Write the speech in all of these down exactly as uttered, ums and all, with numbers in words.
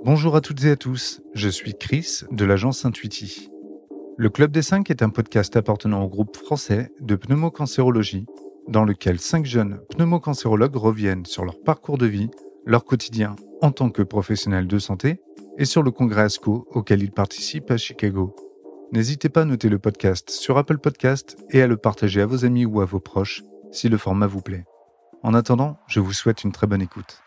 Bonjour à toutes et à tous, je suis Chris de l'agence Intuiti. Le Club des cinq est un podcast appartenant au groupe français de pneumocancérologie, dans lequel cinq jeunes pneumocancérologues reviennent sur leur parcours de vie, leur quotidien en tant que professionnels de santé et sur le congrès ASCO auquel ils participent à Chicago. N'hésitez pas à noter le podcast sur Apple Podcast et à le partager à vos amis ou à vos proches si le format vous plaît. En attendant, je vous souhaite une très bonne écoute.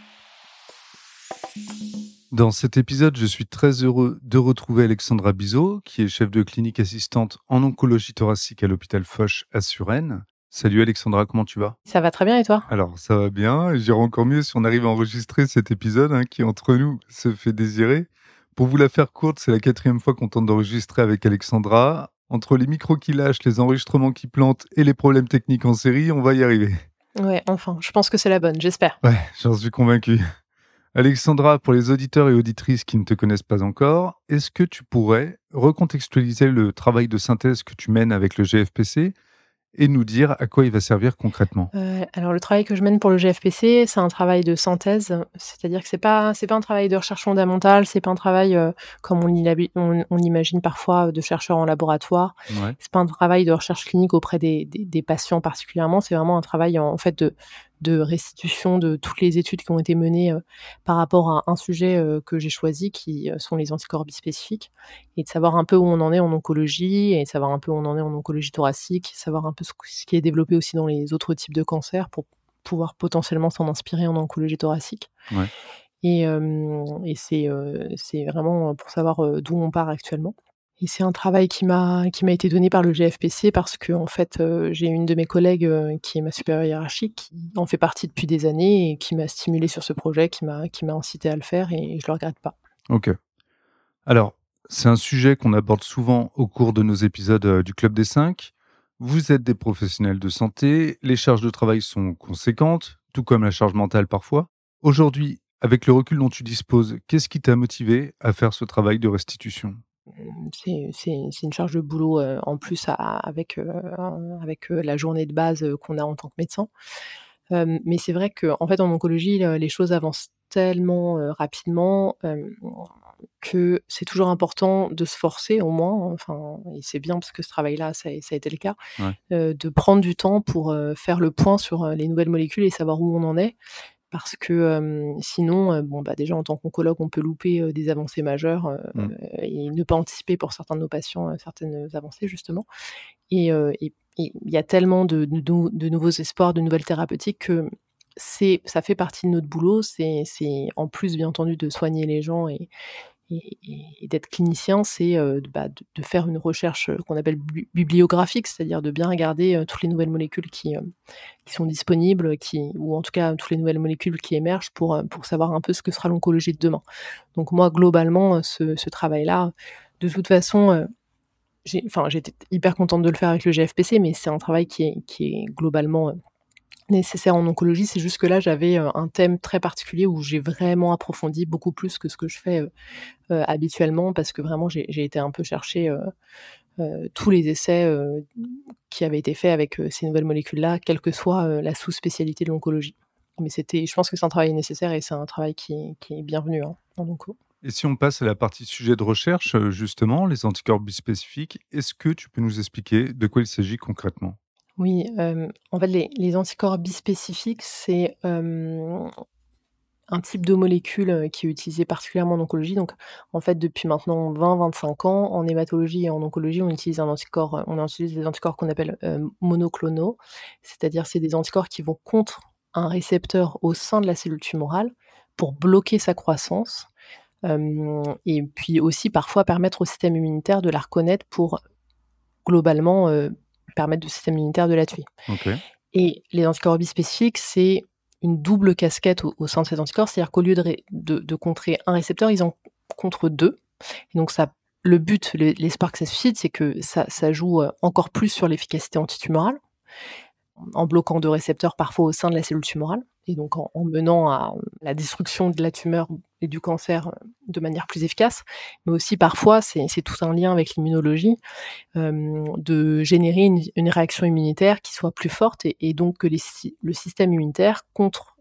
Dans cet épisode, je suis très heureux de retrouver Alexandra Bizot, qui est chef de clinique assistante en oncologie thoracique à l'hôpital Foch à Suresnes. Salut Alexandra, comment tu vas ? Ça va très bien et toi ? Alors, ça va bien, et j'irai encore mieux si on arrive à enregistrer cet épisode hein, qui, entre nous, se fait désirer. Pour vous la faire courte, c'est la quatrième fois qu'on tente d'enregistrer avec Alexandra. Entre les micros qui lâchent, les enregistrements qui plantent et les problèmes techniques en série, on va y arriver. Ouais, enfin, je pense que c'est la bonne, j'espère. Ouais, j'en suis convaincu. Alexandra, pour les auditeurs et auditrices qui ne te connaissent pas encore, est-ce que tu pourrais recontextualiser le travail de synthèse que tu mènes avec le G F P C et nous dire à quoi il va servir concrètement ? Euh, alors, le travail que je mène pour le G F P C, c'est un travail de synthèse, c'est-à-dire que c'est pas, c'est pas un travail de recherche fondamentale, c'est pas un travail euh, comme on, l'imagine, on, on l'imagine parfois de chercheurs en laboratoire. Ouais. C'est pas un travail de recherche clinique auprès des, des, des patients particulièrement, c'est vraiment un travail en, en fait de de restitution de toutes les études qui ont été menées euh, par rapport à un sujet euh, que j'ai choisi, qui euh, sont les anticorps bispécifiques, et de savoir un peu où on en est en oncologie, et de savoir un peu où on en est en oncologie thoracique, savoir un peu ce, ce qui est développé aussi dans les autres types de cancers pour pouvoir potentiellement s'en inspirer en oncologie thoracique. Ouais. Et, euh, et c'est, euh, c'est vraiment pour savoir euh, d'où on part actuellement. Et c'est un travail qui m'a, qui m'a été donné par le G F P C parce que en fait, euh, j'ai une de mes collègues euh, qui est ma supérieure hiérarchique, qui en fait partie depuis des années et qui m'a stimulée sur ce projet, qui m'a, qui m'a incité à le faire et je le regrette pas. Ok. Alors, c'est un sujet qu'on aborde souvent au cours de nos épisodes euh, du Club des cinq. Vous êtes des professionnels de santé, les charges de travail sont conséquentes, tout comme la charge mentale parfois. Aujourd'hui, avec le recul dont tu disposes, qu'est-ce qui t'a motivé à faire ce travail de restitution ? C'est, c'est, c'est une charge de boulot euh, en plus à, avec, euh, avec euh, la journée de base euh, qu'on a en tant que médecin. Euh, mais c'est vrai qu'en en fait, en oncologie, les choses avancent tellement euh, rapidement euh, que c'est toujours important de se forcer au moins, enfin, et c'est bien parce que ce travail-là, ça, ça a été le cas, Ouais. euh, de prendre du temps pour euh, faire le point sur euh, les nouvelles molécules et savoir où on en est. Parce que euh, sinon, euh, bon, bah, déjà en tant qu'oncologue, on peut louper euh, des avancées majeures euh, Mm. et ne pas anticiper pour certains de nos patients euh, certaines avancées, justement. Et euh, et- et il y a tellement de, de, de nouveaux espoirs, de nouvelles thérapeutiques que c'est, ça fait partie de notre boulot. C'est, c'est en plus, bien entendu, de soigner les gens et, et, et d'être clinicien, c'est euh, de, bah, de, de faire une recherche euh, qu'on appelle bu- bibliographique, c'est-à-dire de bien regarder euh, toutes les nouvelles molécules qui, euh, qui sont disponibles, qui, ou en tout cas toutes les nouvelles molécules qui émergent pour, euh, pour savoir un peu ce que sera l'oncologie de demain. Donc moi, globalement, euh, ce, ce travail-là, de toute façon, euh, j'ai, enfin, j'étais hyper contente de le faire avec le G F P C, mais c'est un travail qui est, qui est globalement euh, nécessaire en oncologie. C'est juste que là, j'avais euh, un thème très particulier où j'ai vraiment approfondi beaucoup plus que ce que je fais euh, euh, habituellement, parce que vraiment, j'ai, j'ai été un peu chercher euh, euh, tous les essais euh, qui avaient été faits avec euh, ces nouvelles molécules-là, quelle que soit euh, la sous-spécialité de l'oncologie. Mais c'était, je pense que c'est un travail nécessaire et c'est un travail qui, qui est bienvenu hein, en onco. Et si on passe à la partie sujet de recherche, euh, justement, les anticorps bispécifiques, est-ce que tu peux nous expliquer de quoi il s'agit concrètement ? Oui, euh, en fait, les, les anticorps bispécifiques, c'est euh, un type de molécule euh, qui est utilisé particulièrement en oncologie. Donc, en fait, depuis maintenant vingt à vingt-cinq ans, en hématologie et en oncologie, on utilise un anticorps, euh, on utilise des anticorps qu'on appelle euh, monoclonaux, c'est-à-dire c'est des anticorps qui vont contre un récepteur au sein de la cellule tumorale pour bloquer sa croissance. Euh, et puis aussi parfois permettre au système immunitaire de la reconnaître pour globalement euh, permettre au système immunitaire de la tuer. Ok. Et les anticorps bispécifiques, c'est une double casquette au, au sein de ces anticorps, c'est-à-dire qu'au lieu de, ré, de, de contrer un récepteur, ils en contrent deux. Et donc ça, le but, l'espoir que ça suscite, c'est que ça, ça joue encore plus sur l'efficacité antitumorale, en bloquant deux récepteurs parfois au sein de la cellule tumorale, et donc en, en menant à la destruction de la tumeur et du cancer de manière plus efficace, mais aussi parfois, c'est, c'est tout un lien avec l'immunologie, euh, de générer une, une réaction immunitaire qui soit plus forte et, et donc que les, le système immunitaire contre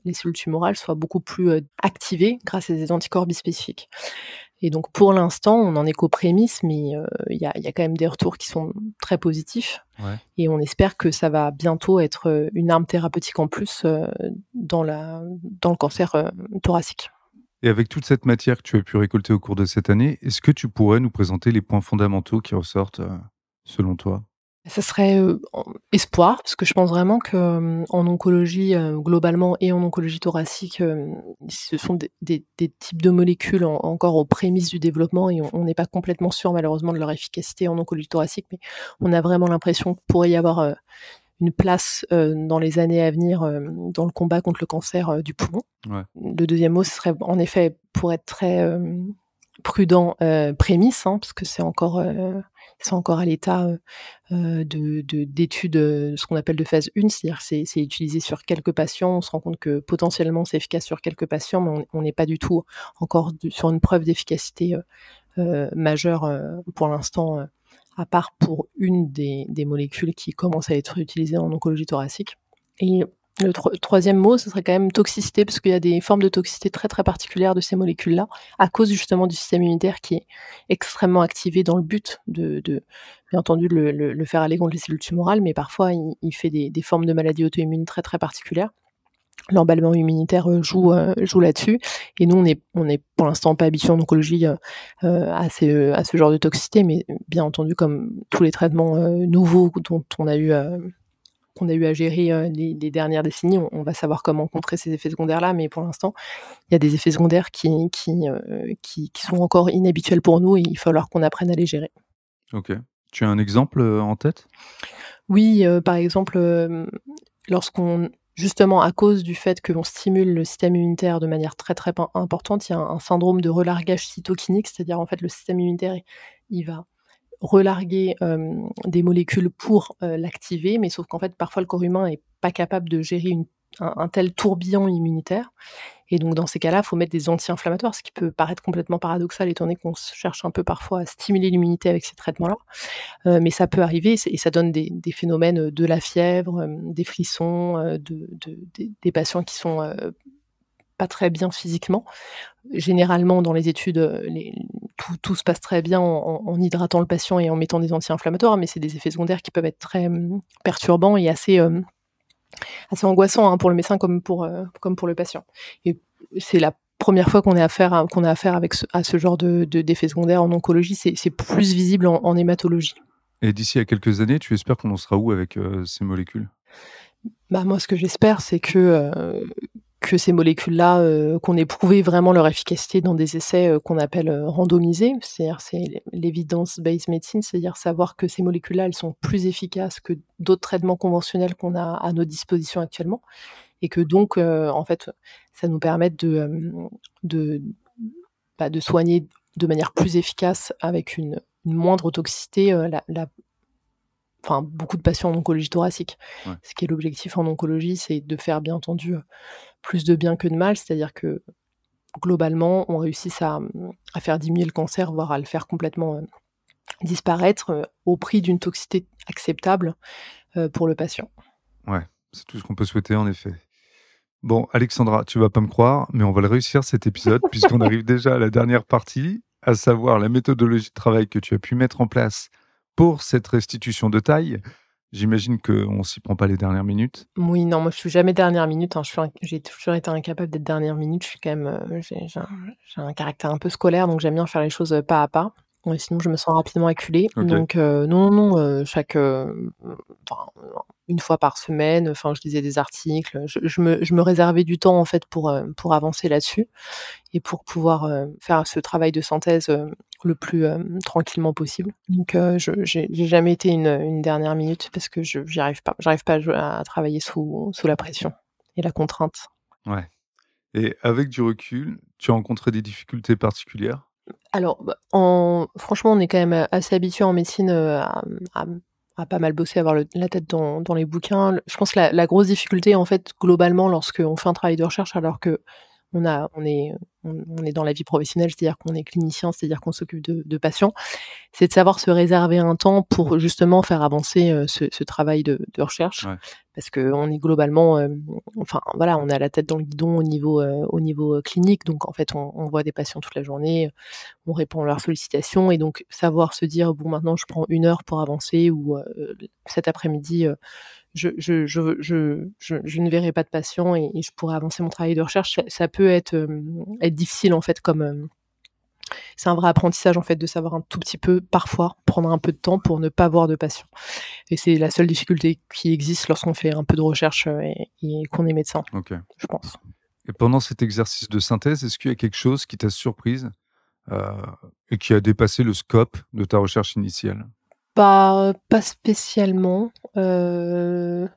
les cellules tumorales soient beaucoup plus, heu, activées grâce à des anticorps bispécifiques. Et donc pour l'instant, on n'en est qu'aux prémices, mais heu, il y a il y a quand même des retours qui sont très positifs Ouais. et on espère que ça va bientôt être, heu, une arme thérapeutique en plus, heu, dans la dans le cancer, heu, thoracique. Et avec toute cette matière que tu as pu récolter au cours de cette année, est-ce que tu pourrais nous présenter les points fondamentaux qui ressortent, heu, selon toi? Ça serait, heu, en espoir, parce que je pense vraiment que, hem, en oncologie, heu, globalement et en oncologie thoracique, hem, ce sont des des des types de molécules en encore aux prémices du développement et on on n'est pas complètement sûr malheureusement de leur efficacité en oncologie thoracique, mais on a vraiment l'impression qu'il pourrait y avoir, heu, une place, heu, dans les années à venir, hem, dans le combat contre le cancer, heu, du poumon. Ouais. Le deuxième mot, ce serait en effet, pour être très, hem, prudent, heu, prémices, hein, parce que c'est encore, heu, c'est encore à l'état, heu heu, de de d'études, heu, ce qu'on appelle de phase un, c'est-à-dire que c'est c'est utilisé sur quelques patients. On se rend compte que potentiellement c'est efficace sur quelques patients, mais on on n'est pas du tout encore du sur une preuve d'efficacité, heu heu, majeure, heu, pour l'instant, heu, à part pour une des des molécules qui commencent à être utilisées en oncologie thoracique. Et le troi troisième mot, ce serait quand même toxicité, parce qu'il y a des formes de toxicité très, très particulières de ces molécules-là, à cause justement du système immunitaire qui est extrêmement activé dans le but de de bien entendu de le le le faire aller contre les cellules tumorales, mais parfois il il fait des des formes de maladies auto-immunes très, très particulières. L'emballement immunitaire, heu, joue, heu, joue là-dessus et nous on est on est pour l'instant pas habitués en oncologie, heu heu, à ce à ce genre de toxicité, mais bien entendu comme tous les traitements, heu, nouveaux dont on a eu, heu, qu'on a eu à gérer, heu, les les dernières décennies, on on va savoir comment contrer ces effets secondaires-là, mais pour l'instant, il y a des effets secondaires qui qui, heu, qui qui sont encore inhabituels pour nous et il va falloir qu'on apprenne à les gérer. OK. Tu as un exemple, heu, en tête? Oui, heu, par exemple, hem, lorsqu'on justement à cause du fait qu'on stimule le système immunitaire de manière très, très pen importante, il y a un un syndrome de relargage cytokinique, c'est-à-dire en fait le système immunitaire, il il va relarguer, hem, des molécules pour, heu, l'activer, mais sauf qu'en fait parfois le corps humain est pas capable de gérer une un un tel tourbillon immunitaire et donc dans ces cas-là, il faut mettre des anti-inflammatoires, ce qui peut paraître complètement paradoxal étant donné qu'on se cherche un peu parfois à stimuler l'immunité avec ces traitements-là. Heu, mais ça peut arriver c'est et ça donne des des phénomènes, heu, de la fièvre, hem, des frissons, heu, de de des des patients qui sont, heu, pas très bien physiquement. Généralement dans les études, heu, les tout tout se passe très bien en en en hydratant le patient et en mettant des anti-inflammatoires, mais c'est des effets secondaires qui peuvent être très, mmh, perturbants et assez, hem, assez angoissants, hein, pour le médecin comme pour, heu, comme pour le patient. Et c'est la première fois qu'on ait affaire à qu'on a affaire avec ce à ce genre de de d'effets secondaires en oncologie, c'est c'est plus visible en en hématologie. Et d'ici à quelques années, tu espères qu'on en sera où avec, heu, ces molécules? Bah, moi, ce que j'espère, c'est que, heu, que ces molécules-là, heu, qu'on ait prouvé vraiment leur efficacité dans des essais, heu, qu'on appelle, heu, randomisés. C'est-à-dire, c'est l'é l'evidence-based medicine, c'est-à-dire savoir que ces molécules-là, elles sont plus efficaces que d'autres traitements conventionnels qu'on a à nos dispositions actuellement et que donc, heu, en fait, ça nous permette de, hem, de, bah, de soigner de manière plus efficace avec une une moindre toxicité, heu, la la enfin, beaucoup de patients en oncologie thoracique. Ouais. Ce qui est l'objectif en oncologie, c'est de faire bien entendu, heu, plus de bien que de mal. C'est-à-dire que, globalement, on réussisse à, mmh, à faire diminuer le cancer, voire à le faire complètement, heu, disparaître, heu, au prix d'une toxicité acceptable, heu, pour le patient. Ouais, c'est tout ce qu'on peut souhaiter en effet. Bon, Alexandra, tu vas pas me croire, mais on va le réussir cet épisode puisqu'on arrive déjà à la dernière partie, à savoir la méthodologie de travail que tu as pu mettre en place pour cette restitution de taille. J'imagine qu'on s'y prend pas les dernières minutes? Moui, non, moi je suis jamais dernière minute, hein, je suis inc j'ai toujours été incapable d'être dernière minute. Je suis quand même, heu, j'ai j'ai un j'ai un caractère un peu scolaire, donc j'aime bien faire les choses, heu, pas à pas. Ouais, sinon je me sens rapidement acculée. OK. Donc heu, non, non, non, heu, chaque, hem, enfin, une fois par semaine, enfin, je lisais des articles, je je me je me réservais du temps, en fait, pour, heu, pour avancer là-dessus et pour pouvoir, heu, faire ce travail de synthèse, heu, le plus, hem, tranquillement possible. Donc heu, je j'ai j'ai jamais été une, heu, une dernière minute parce que je j'y arrive pas. J'arrive pas à jou à travailler sous sous la pression et la contrainte. Ouais. Et avec du recul, tu as rencontré des difficultés particulières? Alors, bah, en franchement, on est quand même, heu, assez habitué en médecine, heu, à, mmh, à, mmh, à pas mal bosser, avoir le la tête dans dans les bouquins. Le je pense la la grosse difficulté, en fait, globalement, lorsqu'on fait un travail de recherche alors qu'on on a on est on on est dans la vie professionnelle, c'est-à-dire qu'on est clinicien, c'est-à-dire qu'on s'occupe de de patients. C'est de savoir se réserver un temps pour justement faire avancer, heu, ce ce travail de de recherche. Ouais. Parce qu'on est globalement, hem, enfin voilà, on a la tête dans le guidon au niveau, heu, au niveau, heu, clinique. Donc en fait, on on voit des patients toute la journée, on répond à leurs sollicitations et donc savoir se dire: «Bon maintenant je prends une heure pour avancer» ou, heu, «Cet après-midi, heu, je je je je je je ne verrai pas de patients et et je pourrai avancer mon travail de recherche». Ça ça peut être, hem, être difficile en fait comme, hem c'est un vrai apprentissage en fait de savoir un tout petit peu, parfois, prendre un peu de temps pour ne pas voir de patients. Et c'est la seule difficulté qui existe lorsqu'on fait un peu de recherche, heu, et et qu'on est médecin, OK. je pense. Et pendant cet exercice de synthèse, est-ce qu'il y a quelque chose qui t'a surprise, heu, et qui a dépassé le scope de ta recherche initiale? Pas pas spécialement, heu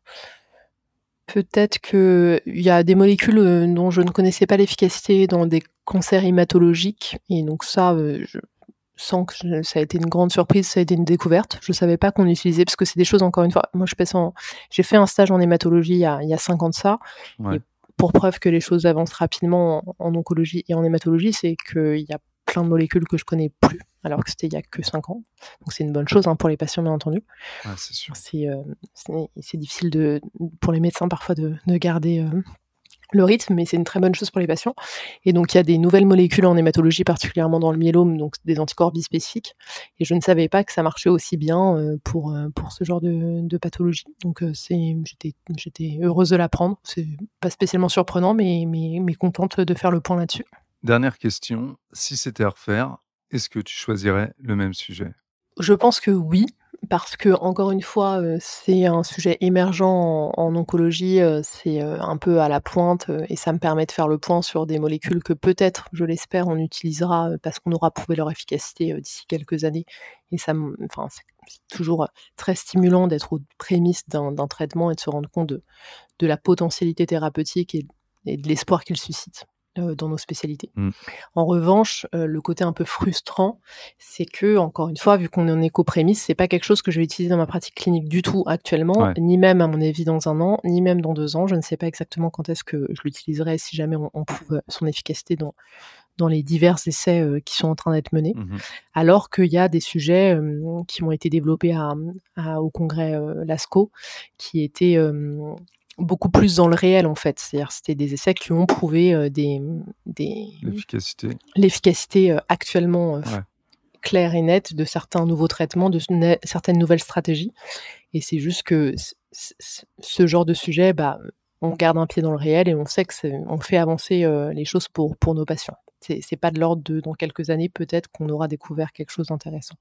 peut-être qu'il y a des molécules, heu, dont je ne connaissais pas l'efficacité dans des cancers hématologiques et donc ça, heu, je sens que je ça a été une grande surprise, ça a été une découverte. Je savais pas qu'on utilisait parce que c'est des choses encore une fois, moi je passe en j'ai fait un stage en hématologie il y a il y a cinq ans de ça Ouais. et pour preuve que les choses avancent rapidement en en oncologie et en hématologie, c'est qu'il y a plein de molécules que je connais plus, alors que c'était il y a que cinq ans. Donc c'est une bonne chose, hein, pour les patients bien entendu. Ouais, c'est sûr. C'est, heu, c'est c'est difficile de pour les médecins parfois de de garder, heu, le rythme, mais c'est une très bonne chose pour les patients et donc il y a des nouvelles molécules en hématologie, particulièrement dans le myélome, donc des anticorps bispécifiques et je ne savais pas que ça marchait aussi bien, heu, pour, heu, pour ce genre de de pathologie. Donc heu, c'est j'étais j'étais heureuse de l'apprendre. C'est pas spécialement surprenant, mais mais mais contente de faire le point là-dessus. Dernière question, si c'était à refaire, est-ce que tu choisirais le même sujet? Je pense que oui, parce qu'encore une fois, heu, c'est un sujet émergent en en oncologie, heu, c'est, heu, un peu à la pointe, heu et ça me permet de faire le point sur des molécules que peut-être, je l'espère, on utilisera, heu, parce qu'on aura prouvé leur efficacité, heu, d'ici quelques années et ça me enfin, c'est c'est toujours, heu, très stimulant d'être aux prémices d'un d'un traitement et de se rendre compte de de la potentialité thérapeutique et et de l'espoir qu'il suscite, heu, dans nos spécialités. Mmh. En revanche, heu, le côté un peu frustrant, c'est que, encore une fois, vu qu'on en est qu'aux prémices, c'est pas quelque chose que je vais utiliser dans ma pratique clinique du tout actuellement, Ouais. ni même à mon avis dans un an, ni même dans deux ans. Je ne sais pas exactement quand est-ce que je l'utiliserai si jamais on on prouve son efficacité dans dans les divers essais, heu, qui sont en train d'être menés. Mmh. Alors qu'il y a des sujets, hem, qui ont été développés à, mmh, à au congrès, heu, l'ASCO, qui étaient, hem, beaucoup plus dans le réel, en fait. C'est-à-dire, c'était des essais qui ont prouvé, heu, des, mmh, des L'efficacité? l'efficacité, heu, actuellement, heu, f Ouais. claire et nette de certains nouveaux traitements, de s ne certaines nouvelles stratégies et c'est juste que c c c ce genre de sujet, bah, on garde un pied dans le réel et on sait que c'est on fait avancer, heu, les choses pour pour nos patients. C'est c'est pas de l'ordre de dans quelques années, peut-être qu'on aura découvert quelque chose d'intéressant.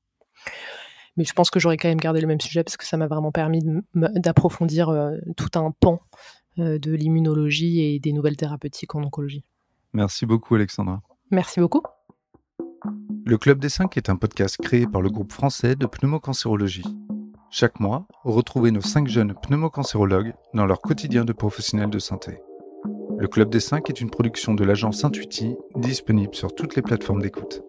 Mais je pense que j'aurais quand même gardé le même sujet parce que ça m'a vraiment permis de m me d'approfondir, heu, tout un pan, heu, de l'immunologie et des nouvelles thérapeutiques en oncologie. Merci beaucoup Alexandra. Merci beaucoup. Le Club des cinq est un podcast créé par le groupe français de pneumocancérologie. Chaque mois, retrouvez nos cinq jeunes pneumocancérologues dans leur quotidien de professionnels de santé. Le Club des cinq est une production de l'agence Intuiti, disponible sur toutes les plateformes d'écoute.